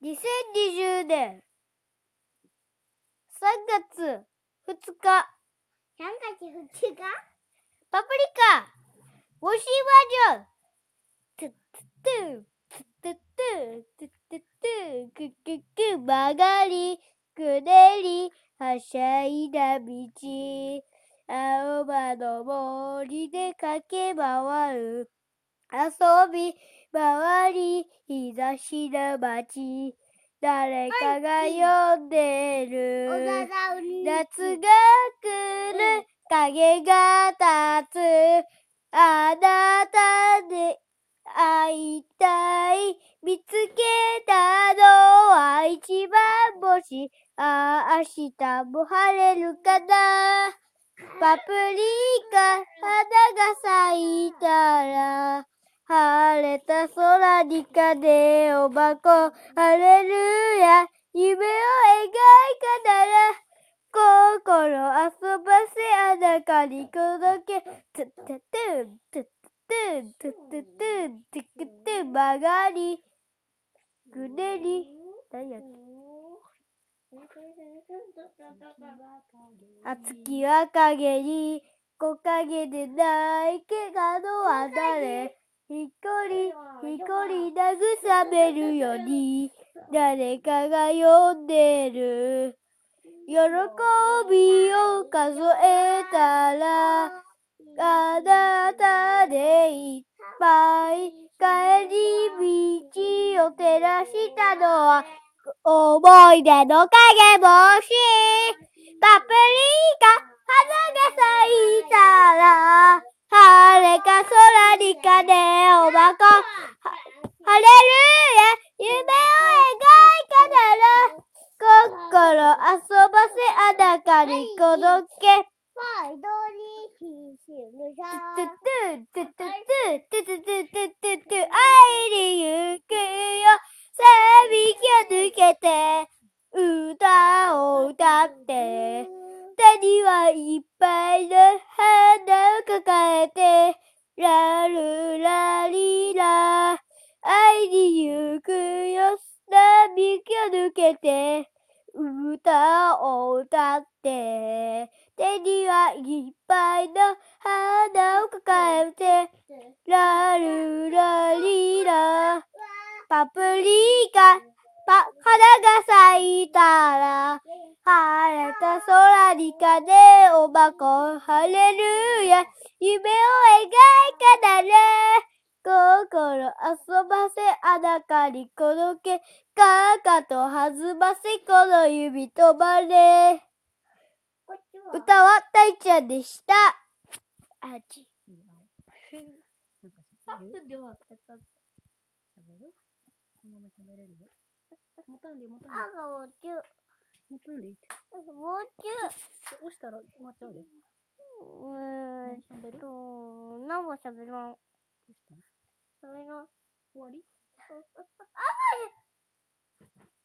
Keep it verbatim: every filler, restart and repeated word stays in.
にせんにじゅうねんさんがつふつかさんがつふつかパプリカウォッシーバージョントゥットゥトゥットゥトゥットゥットゥククク曲がりくねりはしゃいだ道青葉の森で駆け回る遊び回り日差しの街誰かが呼んでる夏が来る影が立つあなたで会いたい見つけたのは一番星ああ明日も晴れるかなパプリカ花が咲いたら晴れた空に鐘をまこうハレルヤ夢を描いたなら心遊ばせあなたに届けトゥットゥトゥントゥットゥントゥットゥトゥントゥクトゥン曲がりぐねり何やっけあ月は影に木陰でないけがのは誰ひっこりひっこり慰めるように誰かが呼んでる喜びを数えたらあなたでいっぱい帰り道を照らしたのは思い出の影星パプリカ花が咲いたら晴れた空に鐘をまこうハレルヤ夢を描いたなら心遊ばせあなたに届けトゥトゥトゥトゥトゥトゥトゥトゥトゥトゥトゥ会いに行くよ寂気を抜けて歌を歌って手にはいっぱいの花を抱えてラルラリラ会いに行くよ寂気を抜けて歌を歌って手にはいっぱいの花を抱えてラルラリラパプリカパ花が咲いたら晴れた空に鐘をまこうハレルヤ夢を描いたなら心遊ばせあなたに届けかかと弾ませこの指止まれ歌はたいちゃんでしたあちさんぷんで終わった喋るこのまま喋れるよもたんでもたんであがもちゅもたんでいいってもちゅ押したら終わっちゃうでうーんと何も喋らんどうしたそれが終わりあ、あ、